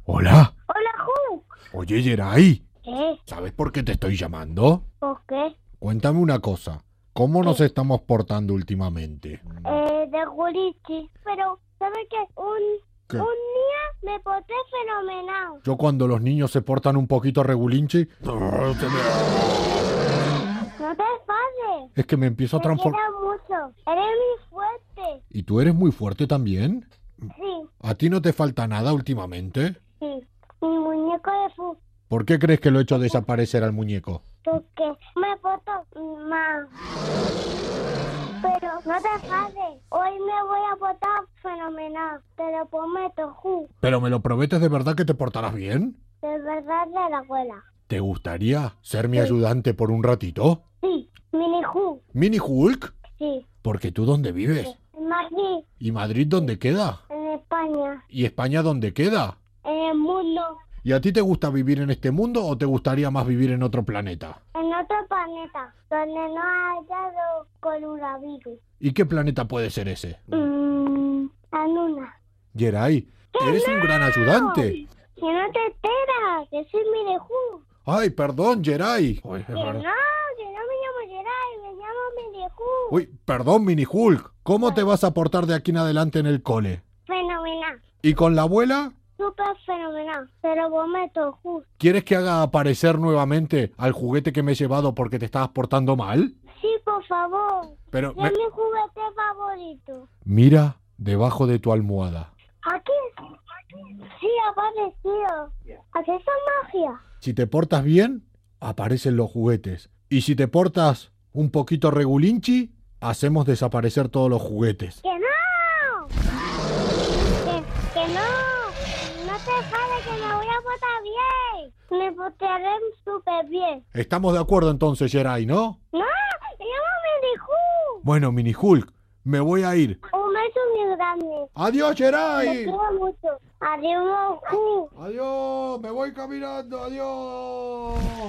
Hola. Hola, Ju. Oye, Yeray, ¿Qué? ¿sabes por qué te estoy llamando? ¿Por qué? Cuéntame una cosa. ¿Cómo nos estamos portando últimamente? De Gulichi. Pero, ¿sabes qué? ¿Qué? Un día me porté fenomenal. Yo cuando los niños se portan un poquito regulinchi, No te enfades. es que me empiezo a Te transformar. quiero mucho. Eres muy fuerte. ¿Y tú eres muy fuerte también? Sí, ¿A ti no te falta nada últimamente? sí. Mi muñeco de fútbol. ¿Por qué crees que lo he hecho desaparecer al muñeco? Porque me porto mal. Pero no te enfades. Hoy me voy a portar fenomenal. Te lo prometo, Ju. ¿Pero me lo prometes de verdad que te portarás bien? De verdad, de la abuela. ¿Te gustaría ser mi Sí. ayudante por un ratito? Sí, mini Ju. ¿Mini Hulk? Sí. Porque tú dónde vives. En Madrid, ¿Y Madrid dónde queda? en España, ¿Y España dónde queda? en el mundo, ¿Y a ti te gusta vivir en este mundo o te gustaría más vivir en otro planeta? en otro planeta, donde no haya coronavirus. ¿Y qué planeta puede ser ese? La luna. Yeray, eres un gran ayudante. Si no te enteras, que soy mini Ju. Ay, perdón, Yeray. Uy, Que no me llamo Geray, me llamo mini Ju. Uy, perdón, Mini Hulk. ¿Cómo te vas a portar de aquí en adelante en el cole? Fenomenal, ¿Y con la abuela? súper fenomenal. Te lo prometo, Ju. ¿Quieres que haga aparecer nuevamente al juguete que me he llevado porque te estabas portando mal? Sí, por favor. Pero Es mi juguete favorito. mira debajo de tu almohada. ¿Aquí? Sí, ha aparecido. ¿Haces esa magia? Si te portas bien, aparecen los juguetes. Y si te portas un poquito regulinchi, hacemos desaparecer todos los juguetes. ¡Que no! ¡Que no! No te enfades, que me voy a portar bien. Me portaré súper bien. Estamos de acuerdo entonces, Yeray, ¿no? ¡No! ¡Me llamo Mini Bueno, Mini Hulk, me voy a ir. Ju! Un beso muy grande. ¡Adiós, Te Yeray! quiero mucho. Adiós, Ju. ¡Adiós! ¡Me voy caminando! ¡Adiós!